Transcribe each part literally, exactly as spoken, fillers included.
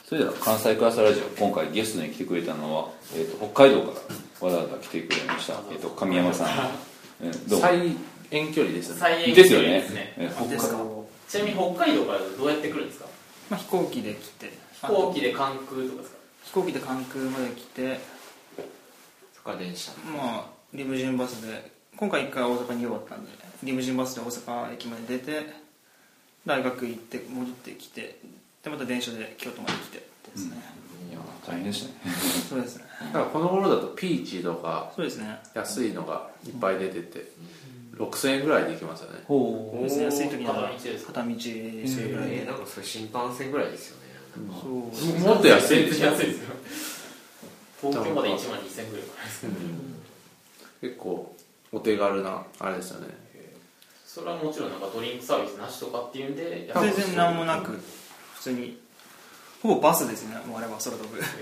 それでは関西クラスラジオ、今回ゲストに来てくれたのは、えー、と北海道からわざわざ来てくれました、えー、と神山さん、 えー、どうも最遠距離ですね。 最遠距離ですね。 えー、ですか。ちなみに北海道からどうやって来るんですか？ まあ、飛行機で来て、 飛行機で関空とかですか？ 飛行機で関空まで来て、 そこから電車、 まあリムジンバスで、今回一回大阪に終わったんでリムジンバスで大阪駅まで出て、大学行って戻ってきて、でまた電車で京都まで来てですね、 うん、いや大変でしたねそうですね。 だからこの頃だとピーチとかそうですね、 安いのがいっぱい出てて、うん、ろくせんえんぐらいで行きますよね。 ほうですね、安い時には片道片道それぐらいで、 えー、なんかそれ新幹線ぐらいですよね。 うん、そうもっと安いですよ。 安いですよ。東京までいちまんにせんえんぐらいからですね、 うん、 結構お手軽なあれですよね。 それはもちろんなんかドリンクサービスなしとかっていうんで、 全然何もなく普通にほぼバスですね、もうあれは空飛ぶ、えー、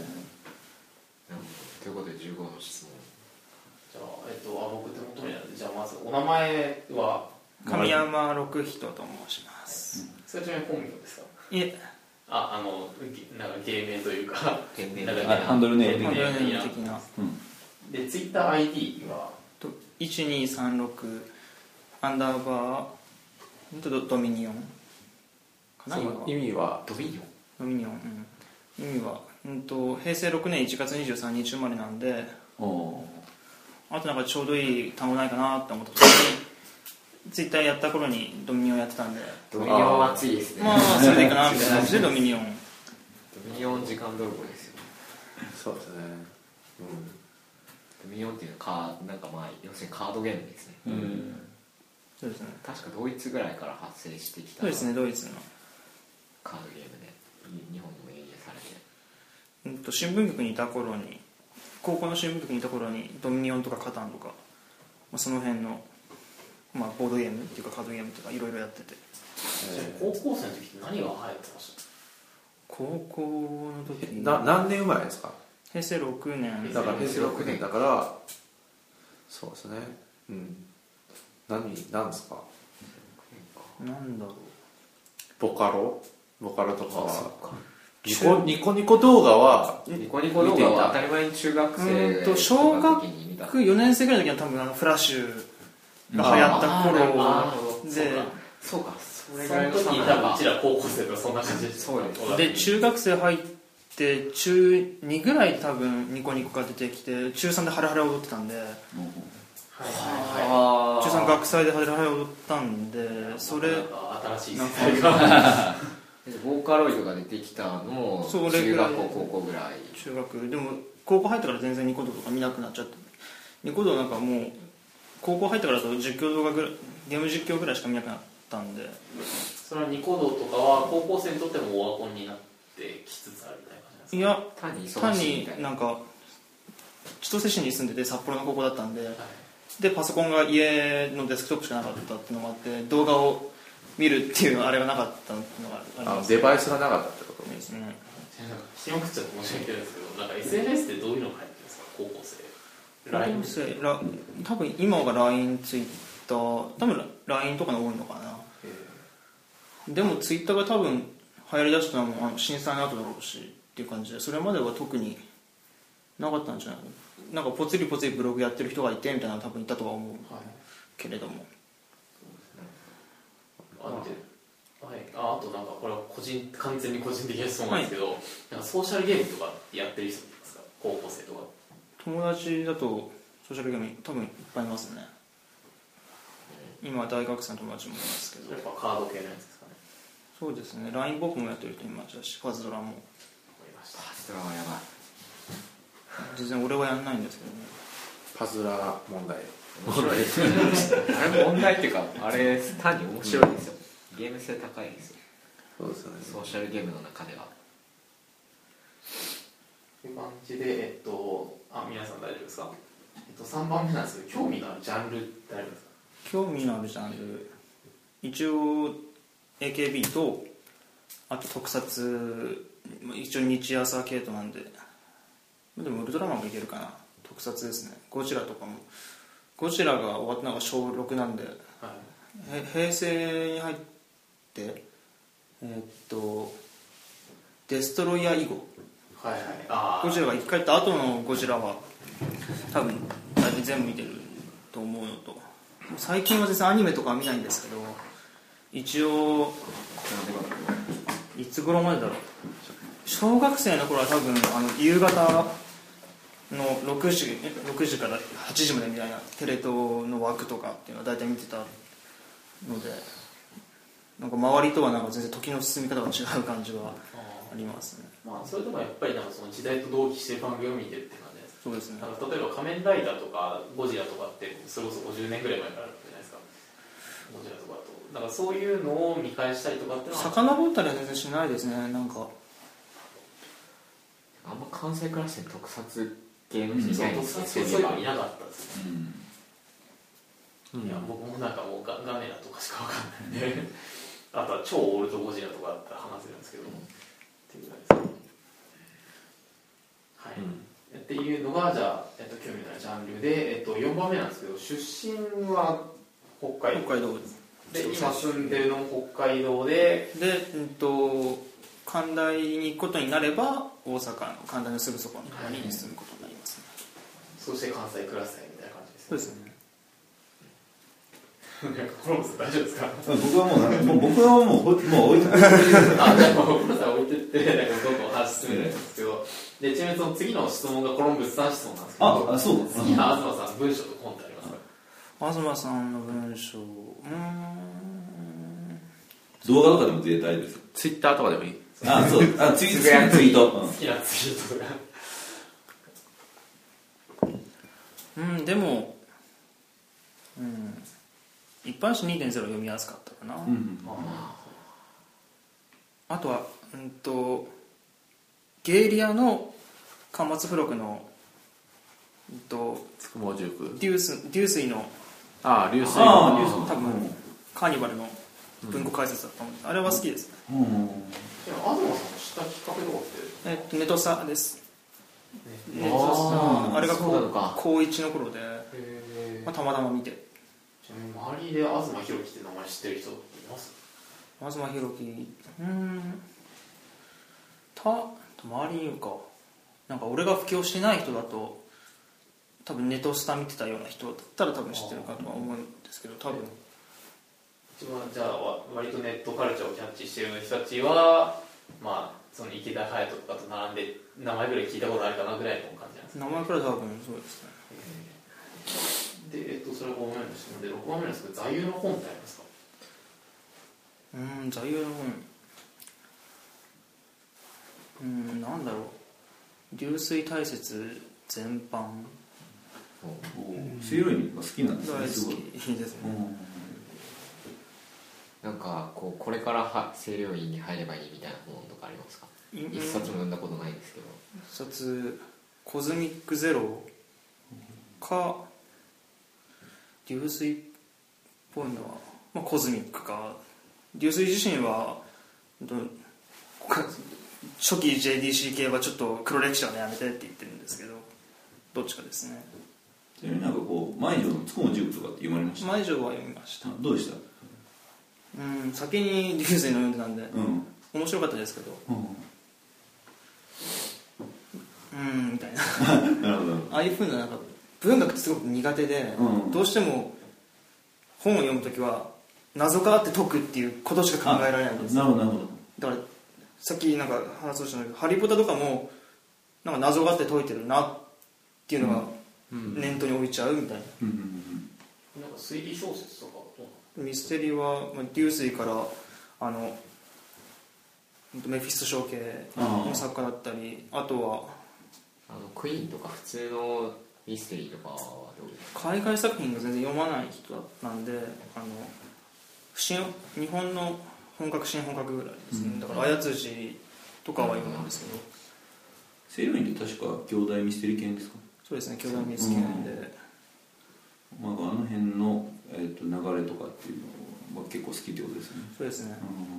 ということでじゅうごの質問。じゃあ、えっと、あ僕手元にあるんで、じゃあまずお名前は神山六人と申します、 うん、それちなみに本名ですか？ いえ、 あ、あの、なんか芸名というかハンドルネームハンドルネーム的な、 うん、で、ツイッター アイディー はいちにさんろくアンダーバー ド, ドミニオンかな。 意味はドミニオンドミニオン、うん、意味は、うんと、平成ろくねんいちがつにじゅうさんにち生まれなんで、あとなんかちょうどいい単語ないかなって思った時にツイッターやった頃にドミニオンやってたんで、 ドミニオンは熱いですね。 まあそれでいいかなみたいな感じでドミニオン。ドミニオン時間泥棒ですよ。 そうですね、 うん、ドミニオンっていうのはなんかまあ要するにカードゲームですね、うん、 そうですね。 確かドイツぐらいから発生してきた。 そうですね、ドイツのカードゲームで日本にも輸入されて、 うんと新聞局にいた頃に、高校の新聞局にいた頃にドミニオンとかカタンとか、まあ、その辺の、まあ、ボードゲームっていうかカードゲームとかいろいろやってて、 えー、高校生の時って何が流行ってました？ 高校の時にな何年生まれですか？ 平成ろくねんだから平成ろくねんだからそうですね、うん、何何ですか？ なんだろう、 ボカロボカロとかはニコニコニコ動画はニコニコ動画は当たり前に中学生うんと小学よねん生ぐらいの時は多分あのフラッシュが流行った頃で、 そうか、それぐらいの時に多分うちら高校生とかそんな感じでそうですで中学生入って中にぐらい多分ニコニコが出てきて、中さんでハレハレ踊ってたんで、はいはい、中さん学祭でハレハレ踊ったんで、それ新しい世界がボーカロイドが出てきたのも中学校高校ぐらい。 中学でも高校入ってから全然ニコ動とか見なくなっちゃって、ニコ動なんかもう高校入ってからだと実況動画ぐらい、ゲーム実況ぐらいしか見なくなったんで、 それはニコ動とかは高校生にとってもオワコンになってきつつあるみたいな感じなんですか？いや単になんか千歳市に住んでて札幌の高校だったんで、はい、でパソコンが家のデスクトップしかなかったっていうのもあって、動画を見るっていうあれがなかったのがあります。 デバイスがなかったってことですね。 ひよくっちゃって申し訳ないですけど、なんか エスエヌエス ってどういうのが入ってるんですか？高校生。ライン生ラ多分今が ライン、ツイッター、多分 ライン とかの多いのかな。でもツイッターが多分流行りだしたのも震災の後だろうしっていう感じで、それまでは特になかったんじゃないの。なんかポツリポツリブログやってる人がいてみたいなの多分いたとは思う、はい、けれども。 あで、はい、ああとなんかこれは個人完全に個人的な質問なんですけど、はい、なんかソーシャルゲームとかやってる人いますか？高校生とか。 友達だとソーシャルゲーム多分いっぱいいますね。今大学生の友達もいますけど。 やっぱカード系のやつですかね。 そうですね。ライン 僕もやってる人いましたし、パズドラも。 パズドラはやばい。 全然俺はやんないんですけどね。 パズドラ問題。 面白いですよね。あれ問題っていうか、あれ単に面白いですよ。ゲーム性高いですよ。 そうですよね。 ソーシャルゲームの中では。という感じで、えっと、あ、皆さん大丈夫ですか？えっと、さんばんめなんですけど、興味のあるジャンルってありますか？ 興味のあるジャンル、一応 エーケービー と、あと特撮、一応日朝系統なんで、でもウルトラマンもいけるかな。特撮ですね。ゴジラとかも。ゴジラが終わったのがしょうろくなんで、はい、平成に入って、えー、っとデストロイヤー以後、 はいはい、あゴジラが生き返った後のゴジラは多分大体全部見てると思うのと、最近は全然アニメとかは見ないんですけど、一応いつ頃までだろう、小学生の頃は多分あの夕方のろくじ、ろくじからはちじまでみたいなテレ東の枠とかっていうのは大体見てたので、なんか周りとはなんか全然時の進み方が違う感じはありますね。 まあそれともやっぱりなんかその時代と同期してる番組を見てるって感じですか。 そうですね。 なんか例えば仮面ライダーとかゴジラとかってそれこそごじゅうねんぐらい前からあるじゃないですか。ゴジラとかとなんかそういうのを見返したりとかっていうのは遡ったりは全然しないですね。なんかあんま関西クラスで特撮系の人いないですね。 そういうのいなかったですね、 うん、 いや僕もなんかもうガガメラとかしかわかんないんであとは超オールドゴジラとかだったら話せるんですけど、うん、っていうぐらいですね。はい、うん、っていうのがじゃあ、えっと、興味のあるジャンルで、えっと、よんばんめなんですけど、出身は北海道北海道ですで今住んでるのも北海道でで、うんと関大に行くことになれば大阪の関大のすぐそこのところに住むことになりますね。 そして関西クラスターみたいな感じですね。 そうですね。 なんかコロンブス大丈夫ですか？ 僕はもうなんもう僕はもうもう置いてくれあ、じゃあもうコロンブスは置いてってなんかどんどん話進めるんですけど、でちなみにその次の質問がコロンブスさん質問なんですけど、 ああそう好きな東さん文章と本ってありますか？ 東さんの文章、うーん動画とかでも出たいです。 ツイッターとかでもいい。 あそうあツイツイート、 好きなツイートとかうんでもうん一般紙 にてんゼロ 読みやすかったかな、 うん、 あとはうんとゲイリアの巻末付録のうんとつくも塾デュースデュースイのああ流水あの多分カーニバルの文庫解説だったので、うん、あれは好きですね、 うんうん、 でも東さんの知ったきっかけとかってえっとネトサです、 ね、 ネトサあれがそうなのか高いちの頃で、 へー、 まあ、たまたま見て。 ちなみに周りで東博樹って名前知ってる人います？ 東博樹うーんた周りにいるかなんか俺が布教してない人だと多分ネトスタ見てたような人だったら多分知ってるかとは思うんですけど、多分一番じゃあ割とネットカルチャーをキャッチしてる人たちはまあその池田隼人とかと並んで名前ぐらい聞いたことあるかなぐらいの感じなんですか？ 名前から多分そうですね。 で、えっと、それがごばんめの質問でろくばんめなんですけど座右の本ってありますか？ うーん座右の本うーんなんだろう流水大雪全般セイロインが好きなんですね。 大好すごいきですね、 うん、なんかこうこれからは清涼院に入ればいいみたいな本とかありますか？一冊も読んだことないですけど、 一冊コズミックゼロか流水っぽいのは、まあ、コズミックか流水自身は初期 ジェーディーシー 系はちょっと黒歴史はねやめてって言ってるんですけどどっちかですね。 ちなみになんかこう舞城のつくも塾とかって読まれました？ 舞城は読みました。 どうでした？ うん先に流水の読んでたんで、うん、面白かったですけどうん、うんみたいななるほどああいうふうななんか文学ってすごく苦手で、うん、どうしても本を読むときは謎があって解くっていうことしか考えられないんですよ。 なるほどなるほど。 だからさっきなんか話そうしたんだけどハリーポッターとかもなんか謎があって解いてるなっていうのが念頭に置いちゃうみたいな、 うんうんうん、なんか推理小説とかミステリーは流水からあのメフィスト小系の作家だったり あ, あとはあのクイーンとか普通のミステリーとかはどうですか？ 海外作品が全然読まない人なんであの新日本の本格新本格ぐらいですね、うん、だから綾辻とかは読むんですけど、 セイロインって確か兄弟ミステリー系ですか？ そうですね兄弟ミステリー系で、 うん、まあ、あの辺の、えー、と流れとかっていうのは結構好きってことですね。 そうですね、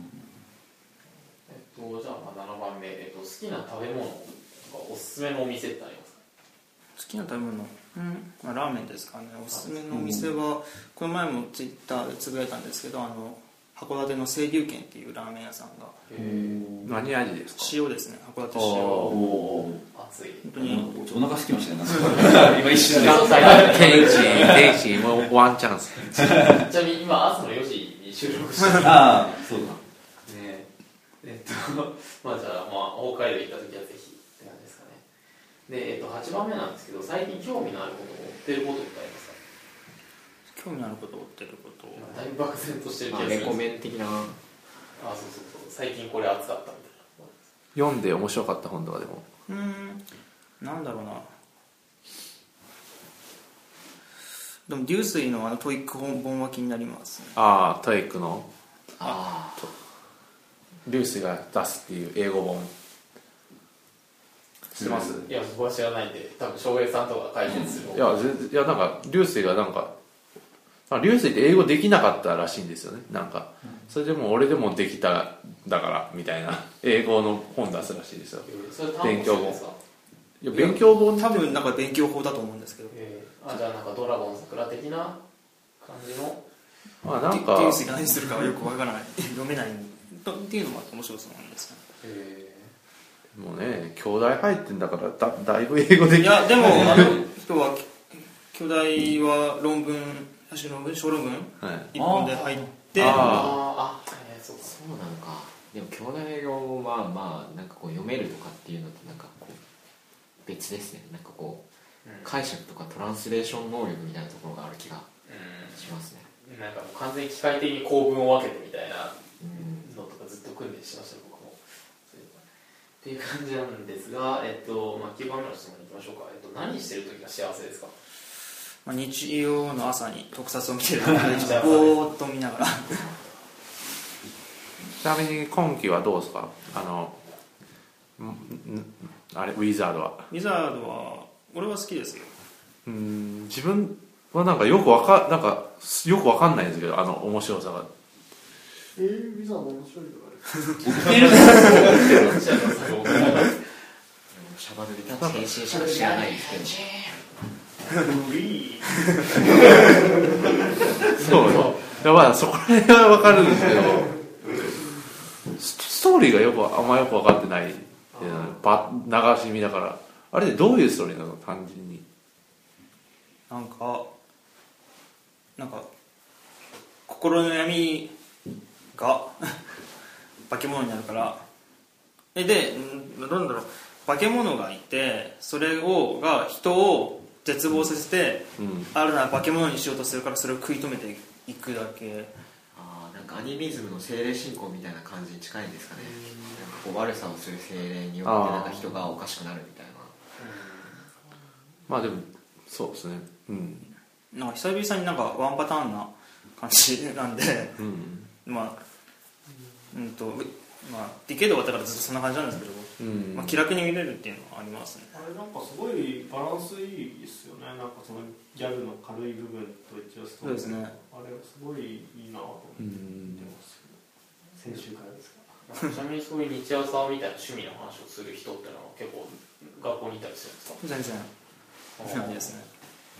うん、えっとじゃあまあななばんめ、えっと、好きな食べ物とかおすすめのお店ってありますか？ 好きな食べ物、うんまあ、ラーメンですかね。おすすめのお店はこの前もツイッターでつぶやいたんですけどあの函館の清流軒っていうラーメン屋さんが何味ですか？ 塩ですね、函館塩。 おー熱い本当にお腹空きましたね今一瞬で天使天使もうワンチャンス。 ちなみに今朝のよじに収録してるああそうだねえっとまあじゃあ、まあ、北海道行った時はぜひって感じですかね。で、えっと、はちばんめなんですけど、最近興味のあることを追ってることってありますか？ 興味のあることを追ってることをだいぶ漠然としてる気まあ、 がするレコメン的な。 あ、そうそうそう、最近これ熱かったみたいな。 読んで面白かった本とかでも。 うーんなんだろうな、でも流水のあのトイック本は気になりますね。 ああトイックのあ流水が出すっていう英語本知ってます？ いや、僕は知らないんで、多分翔平さんとか解説する、 いや全然いやなんか流水がなんか流水って英語できなかったらしいんですよね。なんかそれでも俺でもできただからみたいな英語の本出すらしいですよ。 それ単語集ですか？ いや勉強本多分なんか勉強法だと思うんですけど、 えー、あ、じゃあなんかドラゴン桜的な感じの。 まあなんか流水が何するかはよくわからない読めないっていうのも面白そうなんですね。 えもうね兄弟入ってんだからだだいぶ英語できいやでもあの人は兄弟は論文小論文小論文はい一本で入ってー、 ああーあ、えー、そうか。 そうなのか。でも兄弟語もまあまあなんかこう読めるとかっていうのとなんかこう別ですね。なんかこう、うん、解釈とかトランスレーション能力みたいなところがある気がしますね。 うん、なんかもう完全に機械的に構文を分けてみたいなのとかずっと訓練しました、僕も。っていう感じなんですが、えっとまあ、きゅうばんめの質問に行きましょうか。えっと、何してる時が幸せですか？ まあ、日曜の朝に特撮を見てるのでぼーっと見ながらちなみに今期はどうですか？あのんんあれウィザードは。 ウィザードは俺は好きですよ。 うーん自分はなんかよくわかなんかよくわかんないんですけど、あの面白さが。 えー、ビザも面白いとかシャバドゥリタッチ変身しか知らないですけど。 そういやまあそこら辺はわかるんですけどスストーリーがよくあんまよく分かってないっていうのはば流し見だから、あれでどういうストーリーなの単純に。 なんかなんか心の闇が化け物になるからででなんだろう、化け物がいてそれをが人を絶望させて、うん、あるなら化け物にしようとするからそれを食い止めていくだけ。 ああ、なんかアニミズムの精霊信仰みたいな感じに近いんですかね。なんかこう悪さをする精霊によってなんか人がおかしくなるみたいな。 まあでもそうですね、うん、 なんか久々になんかワンパターンな感じなんで、うん、まあうんとまあディケイドがあったからずっとそんな感じなんですけど、うんまあ、気楽に見れるっていうのはありますね。 あれなんかすごいバランスいいですよね。なんかそのギャグの軽い部分と一応ストーリー、 そうですね、 あれすごいいいなと思って見てますけど、先週からですか。 ちなみにそういう日朝みたいな趣味の話をする人ってのは結構学校にいたりするんですか？ 全然ないですね。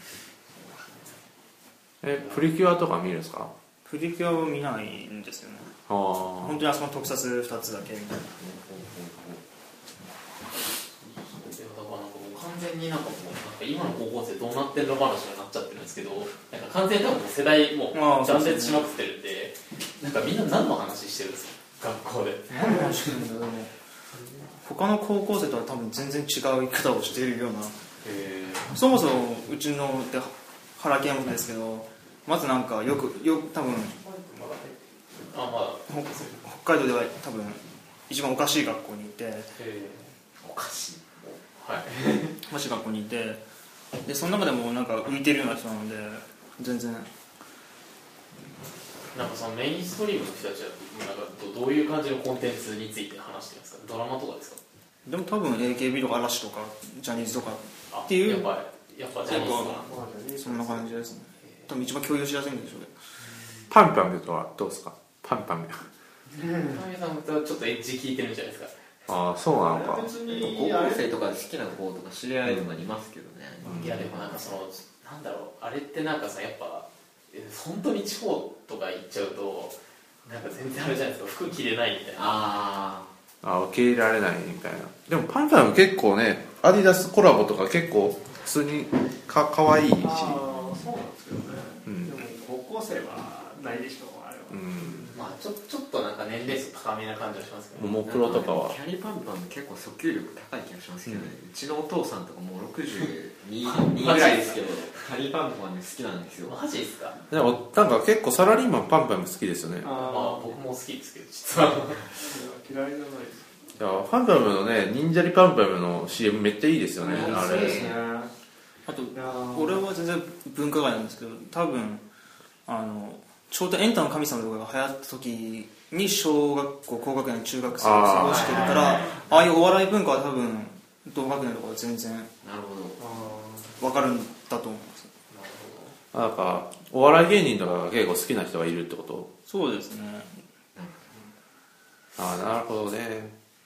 えプリキュアとか見るんですか？ プリキュアを見ないんですよね。あ本当にあそこの特撮ふたつだけみたいな。 完全になんかもうなんか今の高校生どうなってんの話になっちゃってるんですけど、なんか完全に多分世代もう断絶しまくってるんで、なんかみんな何の話してるんですか学校で。 何の話してるんだろうね。他の高校生とは多分全然違う生き方をしているような。そもそもうちのって原研もですけど、まずなんかよくよ多分あ、まあ、 北海道では多分一番おかしい学校にいて、 おかしいはいおかしい学校にいて、でその中でもなんか浮いてるような人なので全然なんかそのメインストリームの人たちはなんかどういう感じのコンテンツについて話してるんですか？ドラマとかですか？ でも多分 エーケービー とか嵐とかジャニーズとかっていう、 やっぱやっぱジャニーズそんな感じですね。多分一番共有しやすいんでしょうけど。 パンパンとはどうですか？パンパンパンさんとちょっとエッジ聞いてるんじゃないですか？ ああそうなのか。 別に高校生とかで好きな子とか知り合いとかいますけどね、 うん、いやでもなんかそのなんだろう、あれってなんかさやっぱ本当に地方とか行っちゃうとなんか全然あれじゃないですか、服着れないみたいな。 ああ受け入れられないみたいな。でもパンパンも結構ねアディダスコラボとか結構普通にかかわいいし、 ああそうなんですけどね、 うんでも高校生はないでしょうあれは、 うんまあちょちょっとなんか年齢層高めな感じはしますけど、 ももクロとかはキャリーパンパンも結構訴求力高い気がしますけどね、うちのお父さんとかもうろくじゅうにぐらいですけどキャリーパンパンね好きなんですよ。 マジですか？ でもなんか結構サラリーマンパンパンも好きですよね。 まああ僕も好きですけど実は。 あ嫌いじゃないですいやパンパムのね忍者リパンパムの シーエム めっちゃいいですよね、あれ。 そうですね。 あといやー俺は全然文化外なんですけど、多分あのちょうどエンタの神様とかが流行った時に小学校高学年中学生を過ごしてるから、ああいうお笑い文化は多分同学年とかは全然なるほど。 あ分かるんだと思います。 なるなんかお笑い芸人とかが結構好きな人がいるってこと。 そうですね。 ああなるほどね。 なん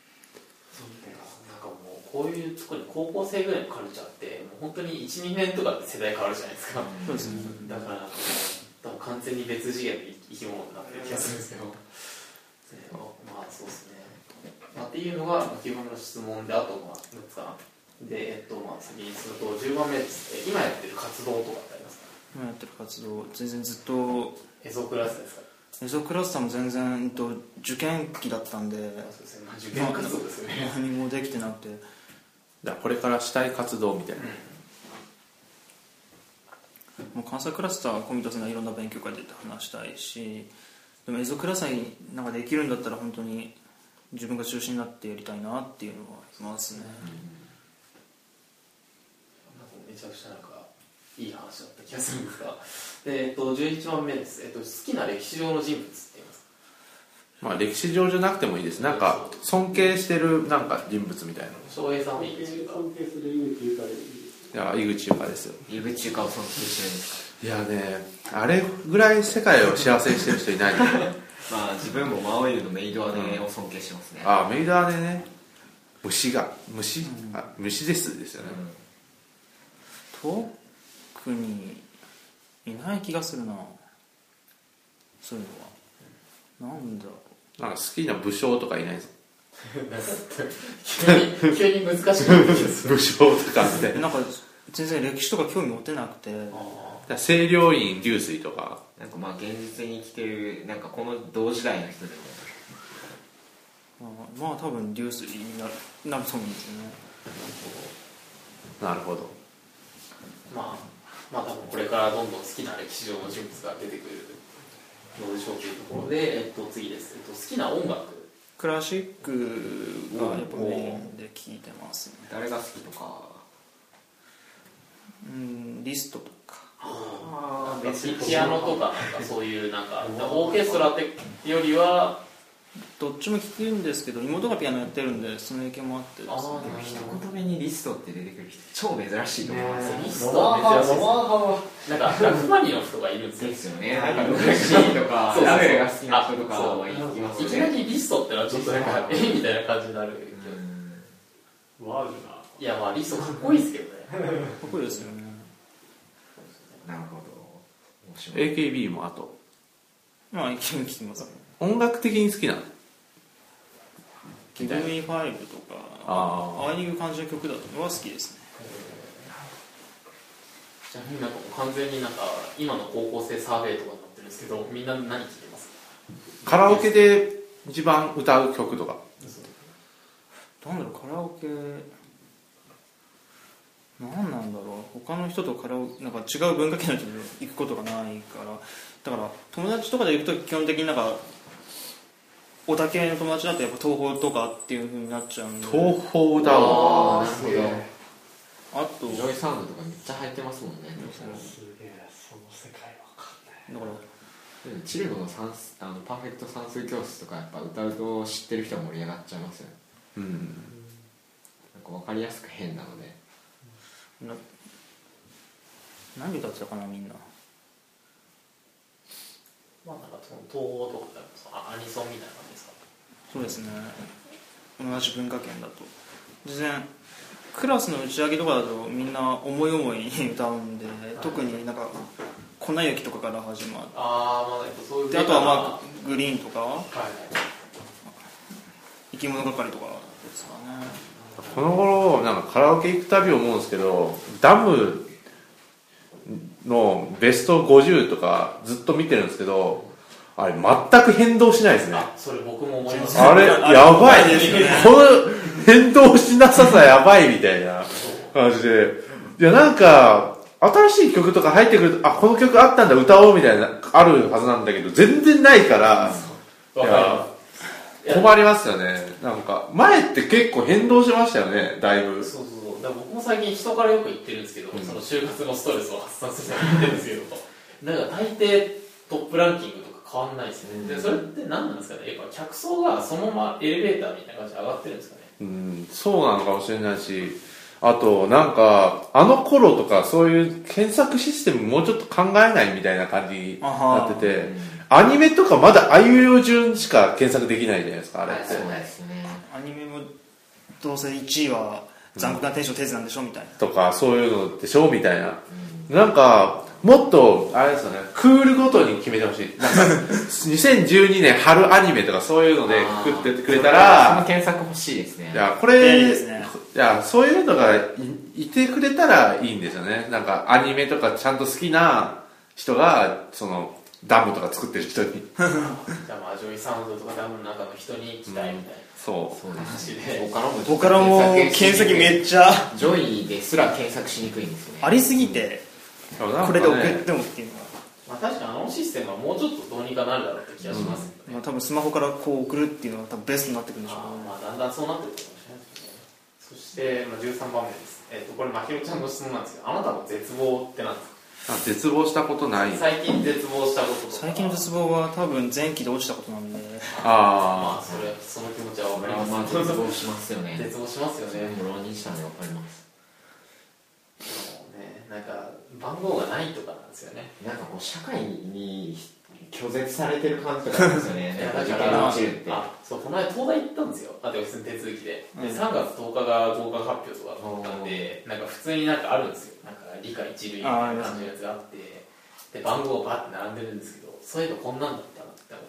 かもうこういうところに高校生ぐらいのカルチャーってもう本当にいち、にねんとかで世代変わるじゃないですか。 そうですね。 だからなんか多分完全に別次元の生き物になってる気がするんですけど、えーまあそうですね、まあ、っていうのが基本の質問で、あとまあむっつかなで、えっとまあ次にするとじゅうばんめです。え今やってる活動とかってありますか？ 今やってる活動全然ずっとエゾクラスですか？ エゾクラスターも全然、えっと、受験期だったんでそうですね、まあ、受験活動ですよね。 何もできてなくて、 じゃあこれからしたい活動みたいな。 もう関西クラスターコミットするのはいろんな勉強会で話したいし、でもエゾクラスターになんかできるんだったら本当に自分が中心になってやりたいなっていうのはありますね。 なんかめちゃくちゃなんかいい話だった気がするんですが、で、えっと、じゅういちばんめです、えっと、好きな歴史上の人物って言いますか？ まあ歴史上じゃなくてもいいです。なんか尊敬してるなんか人物みたいな。 翔平さんはいいですか？ 尊敬する井口ゆかり。 いや井口ゆかですよ。 井口ゆかを尊敬してるんですいやねあれぐらい世界を幸せにしてる人いないんだよ。 か？まあ自分もマオイルのメイドアネを尊敬してますね。 ああメイダーでね虫が虫、あ虫ですですよね。 特にいない気がするな、そういうのは。なんだろなんか好きな武将とかいないぞ。 急に急に難しくなってきます武将とかみたいな。 う、なんか全然歴史とか興味持てなくて、 清涼院流水とか。 なんかまあ現実に生きてるなんかこの同時代の人でもまあ、まあ多分流水になるなると思うんですよね。 なるほど。 まあまあ多分これからどんどん好きな歴史上の人物が出てくるのでしょうというところで、えっと、次です、えっと、好きな音楽。 クラシックがやっぱメインで聴いてますね。 誰が好きとか。 うんリストとか。 なんかピピアノとかなんかそういうなんかオーケストラってよりはどっちも聴くんですけど、妹がピアノやってるんでその影響もあってですね。 あーでも一言目にリストって出てくる人超珍しいと思うんですよ。 リストは珍しいです。なんかラフマニノフとかいるんですよ。 ですよね。なんかロッシーとかそうそうそうラベルが好きな人とかは言いますよね。 いきなりリストってのはちょっとなんかえみたいな感じになるけど、 ワールな。 いやまあリストかっこいいですけどね。 かっこいいですよね。 なるほど。面白い。 エーケービー もあとまあ一見聴きますね。 音楽的に好きなの。 ギブミーファイブとかあああいう感じの曲だとは好きですね。 じゃあなんかもう完全になんか今の高校生サーベイとかになってるんですけど、みんな何聴いてますか？ カラオケで一番歌う曲とか。 なんだろう、カラオケなんなんだろう、他の人とカラオケなんか違う文化圏の人で行くことがないから、だから友達とかで行くと基本的になんかオタ系の友達だとやっぱ東宝とかっていう風になっちゃうんで、 東宝歌うの。 あーすげえ。 あとジョイサウンドとかめっちゃ入ってますもんね。 すげえ、その世界わかんない。 だからでもチルノの算数あのパーフェクト算数教室とかやっぱ歌うと知ってる人は盛り上がっちゃいますよね。 うんなんか分かりやすく変なので。 な何歌ってたかなみんな。 まあなんかその東宝とかそのアニソンみたいな感じですか？ そうですね、同じ文化圏だと全然クラスの打ち上げとかだとみんな思い思いに歌うんで、特になんか粉雪とかから始まってああまあやっぱそういうであとはまあグリーンとかはいはい生き物係とかですかね。 この頃なんかカラオケ行くたび思うんですけど、ダムのベストごじゅうとかずっと見てるんですけど、あれ全く変動しないですね。 あそれ僕も思いますあれやばいですね。この変動しなささやばいみたいな感じで、いやなんか新しい曲とか入ってくると、あこの曲あったんだ歌おうみたいなあるはずなんだけど全然ないから、いや困りますよね。なんか前って結構変動しましたよね、だいぶ。 そうそうそう。だから僕も最近人からよく言ってるんですけど、うん、その就活のストレスを発散するために言ってるんですけどなんか大抵トップランキングとか変わんないですよね、うん、でそれって何なんですかね。やっぱ客層がそのままエレベーターみたいな感じで上がってるんですかね。うんそうなのかもしれないし、あとなんかあの頃とかそういう検索システムもうちょっと考えないみたいな感じになってて、アニメとかまだあいうえお順しか検索できないじゃないですか、あれって。 そうですね。 アニメもどうせいちいは残酷な天使のテーゼなんでしょみたいな、 とかそういうのでしょみたいな、うん、なんかもっとあれですよね、クールごとに決めてほしい。なんかにせんじゅうにねん春アニメとかそういうのでくくってくれたら、 その検索欲しいですね。 いやこれいいですね。 いやそういうのが い, いてくれたらいいんですよね。なんかアニメとかちゃんと好きな人がそのダムとか作ってる人にじゃあまあジョイサウンドとかダムの中の人に期待みたいな、うん、 そうそうですね。 僕からも僕からも検索めっちゃジョイですら検索しにくいんですよね。 ありすぎて、うんね、これで送ってもっていうのは、 まあ、確かにあのシステムはもうちょっとどうにかなるだろうって気がしますけどね、 うんまあ、多分スマホからこう送るっていうのが多分ベストになってくるんでしょう、ね、 あまあだんだんそうなってくるかもしれないですね。そして、まあ、じゅうさんばんめです、えー、とこれまひろちゃんの質問なんですけど、あなたの絶望って何ですか。 あ絶望したことない。 最近絶望したこととか。 最近の絶望は多分前期で落ちたことなんで、 ああまあそれその気持ちは分かります。 まあ絶望しますよね。 絶望しますよね。 もう浪人したんで分かります。 もうね、なんか番号がないとかなんですよね。 なんかこう社会に拒絶されてる感じとかあるんですよね。 だから落ちるって。あ、そうこの間東大行ったんですよ。あと普通に手続きで。で、うん、さんがつとおかが合格発表とかだったんで、なんか普通になんかあるんですよ。なんか理科一類みたいな感じのやつがあって、で番号がバッて並んでるんですけど、そういえばこんなんだったなって思って、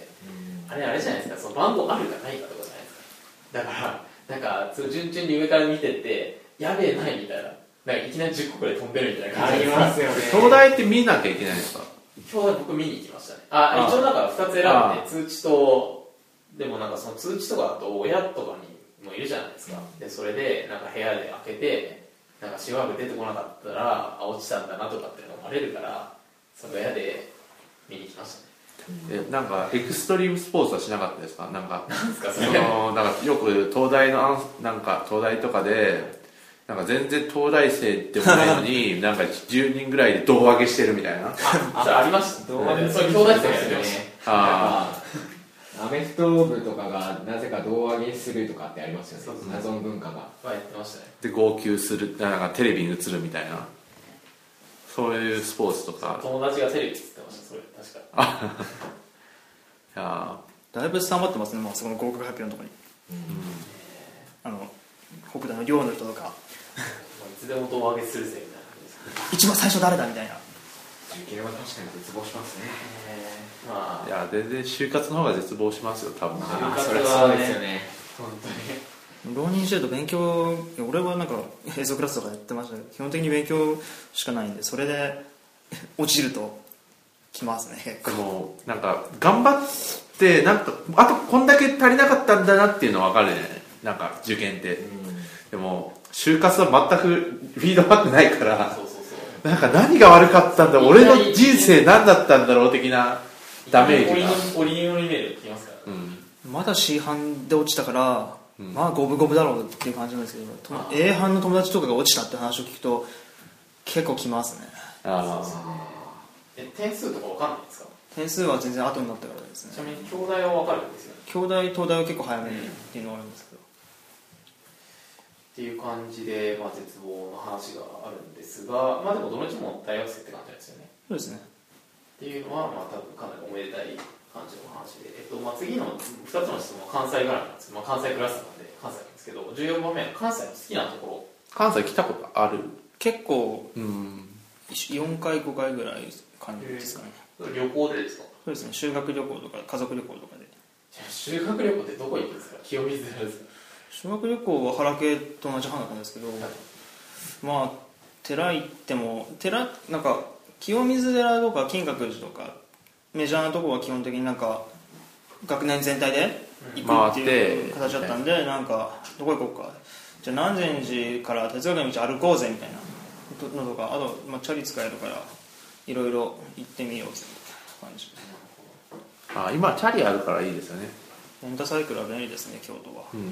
あれあれじゃないですか。その番号あるかないかとかじゃないですか。だからなんか順々に上から見てってやべえないみたいな。なんかいきなりじゅっこくらい飛んでるみたいな感じありますよね。 東大って見なきゃいけないんですか。 今日僕見に行きましたね。あ、一応なんかふたつ選んで通知と、でもなんかその通知とかだと親とかにもいるじゃないですか。でそれでなんか部屋で開けてなんかシワが出てこなかったらあ落ちたんだなとかっていうのがバレるから、その部屋で見に行きましたね。 えなんかエクストリームスポーツはしなかったですか。なんかなんですかそれ。そのなんかよく東大のなんか東大とかでなんか全然東大生でもないのになんかじゅうにんぐらいで胴上げしてるみたいな。 あ、それありました。胴上げそれ兄弟生がやってましたね。 ああアメフト部とかがなぜか胴上げするとかってありますよね。そうそう謎の文化がやってましたね。 で号泣するなんかテレビに映るみたいな、そういうスポーツとか。 友達がテレビって言ってました。それ確かいやだいぶ頑張ってますね、まあ、その合格発表のところに、うん、あの北大の寮の人とかいつでも胴上げするぜみたいな感じです。 一番最初誰だみたいな。 受験は確かに絶望しますね。 まあ、 いや全然就活の方が絶望しますよ多分ね。 就活それはそうですよね。 本当に浪人してると勉強、俺はなんか並走クラスとかやってましたけど基本的に勉強しかないんで、それで落ちるときますね結構。 でもなんか頑張ってなんかあとこんだけ足りなかったんだなっていうのは分かるね、なんか受験って、うん、でも就活は全くフィードバックないから、そうそうそうなんか何が悪かったんだ俺の人生何だったんだろう的なダメージがオリオリメールってきますから、 うん、まだ C 班で落ちたから、うん、まあ五分五分だろうっていう感じなんですけど、 A 班の友達とかが落ちたって話を聞くと結構きますね。 ああ、え点数とか分かんないですか。 点数は全然後になってからですね。 ちなみに京大は分かるんですよね。 京大東大は結構早めにっていうのがあるんですけど、 っていう感じで、まあ、絶望の話があるんですが、まあでもどのうちも大学生って感じなんですよね。 そうですね。 っていうのは、まあ多分かなりおめでたい感じの話で、えっとまあ、次のふたつの質問は関西絡みなんですけど、まあ、関西クラスなんで関西なんですけど、じゅうよんばんめは関西の好きなところ。 関西来たことある。 結構、 うん、 よんかいごかいぐらい感じですかね。 旅行でですか？ そうですね、修学旅行とか家族旅行とかで。 修学旅行ってどこ行くんですか？清水寺ですか？ 修学旅行は原系と同じ班だったんですけど、はい、まあ寺行っても寺なんか清水寺とか金閣寺とかメジャーなところは基本的になんか学年全体で行くっていう形だったんで、うん、なんかどこ行こうか、じゃあ南禅寺から哲学の道歩こうぜみたいなのとか、あと、まあ、チャリ使えるからいろいろ行ってみようぜみたいな感じ。 あ、今チャリあるからいいですよね。 レンタサイクルは便利ですね、京都は。うん、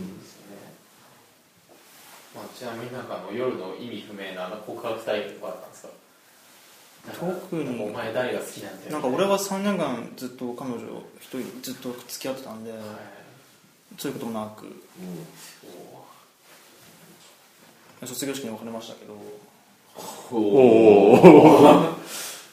まあ、ちなみになんかあの夜の意味不明な告白体験とかあったんですか？ 特にお前誰が好きなんだよ。 なんか俺はさんねんかんずっと彼女一人ずっと付き合ってたんで、はい、そういうこともなく、うん、卒業式に別れましたけど。 おおさらっ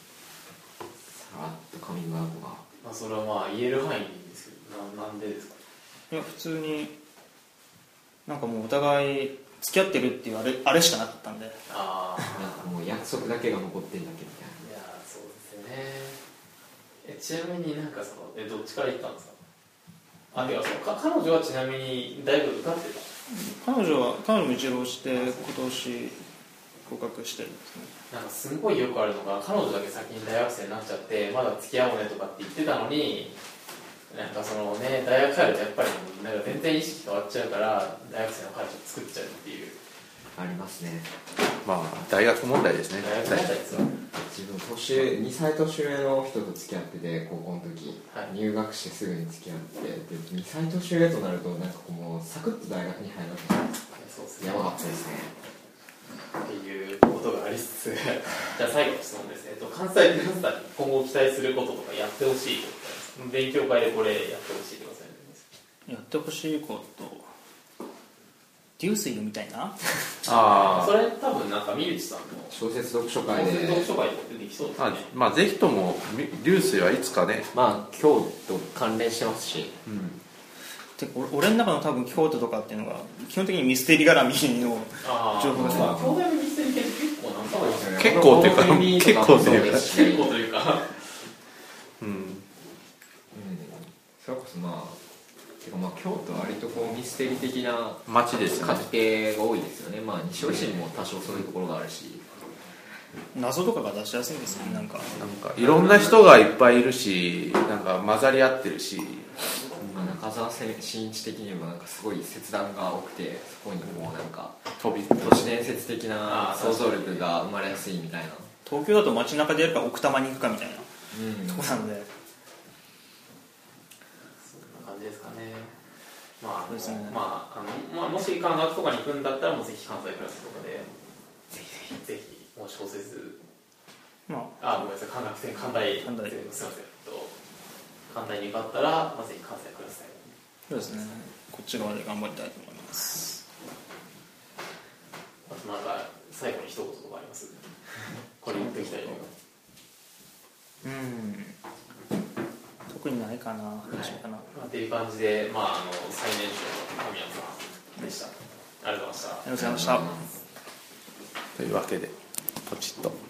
とカミングアウトが、 まあ、それはまあ言える範囲でいいんですけど、 な, なんでですか？ いや普通になんかもうお互い付き合ってるっていうあれ、あれしかなかったんで、 ああなんかもう約束だけが残ってるだけみたいな。 いやそうですよね。えちなみになんかそのえどっちから行ったんですか？あ、いやそのか彼女はちなみに大学受かってた？ 彼女は彼女も一浪して今年合格してるんですね。 なんかすごいよくあるのが、彼女だけ先に大学生になっちゃってまだ付き合おうねとかって言ってたのに、なんかそのね大学帰るとやっぱりなんか全然意識変わっちゃうから大学生の彼女作っちゃうっていう。 ありますね。 まあ大学問題ですね。 大学問題ですよ。 自分年にさい年上の人と付き合ってて高校の時、はい、入学してすぐに付き合ってでにさい年上となるとなんかこうもうサクッと大学に入るわけじゃないですか。そうですね。やばかったですね。 っていうことがありつつじゃあ最後の質問ですね。関西テスタに今後期待することとかやってほしいこととか、勉強会でこれやってほしいとかやってほしいこと流水読みたいなあそれ多分なんか三内さんの小説読書会で小説読書会とか出てきそうですね。 あまあぜひとも流水はいつかね、 まあ京都関連してますし、うん、 で俺の中の多分京都とかっていうのが基本的にミステリー絡みの情報がさ、京都のミステリー系って結構なんかですよね。 結構っていうか結構というか結構というかうん、うん、それこそまあてかまあ京都は割とこうミステリー的な街ですよね。 家庭が多いですよね。まあ西尾市にも多少そういうところがあるし、 謎とかが出しやすいんですよね。なんかなんかいろんな人がいっぱいいるし、なんか混ざり合ってるし、 まあ、中澤真一的にもなんかすごい切断が多くて、そこにもうなんか飛び都市伝説的な想像力が生まれやすいみたいな。 東京だと街中でやるか奥多摩に行くかみたいな、うん、とこなんで、 そんな感じですかね。まあ、ですね、まあ、あのまあ、もし関学とかに行くんだったらもうぜひ関西クラスとかでぜひぜひぜひもう小説、まあ、あごめんなさい関学生関大関大すみませんと関大に受かったら、まあ、ぜひ関西クラスでそうですね、こっち側で頑張りたいと思います。 あとなんか最後に一言とかありますこれ言っておきたいと思います。うん特にないかな、 はい、かな、まあ、っていう感じで、まあ、あの最年少の神谷さんでした。ありがとうございました。 ありがとうございました。 というわけでポチッと。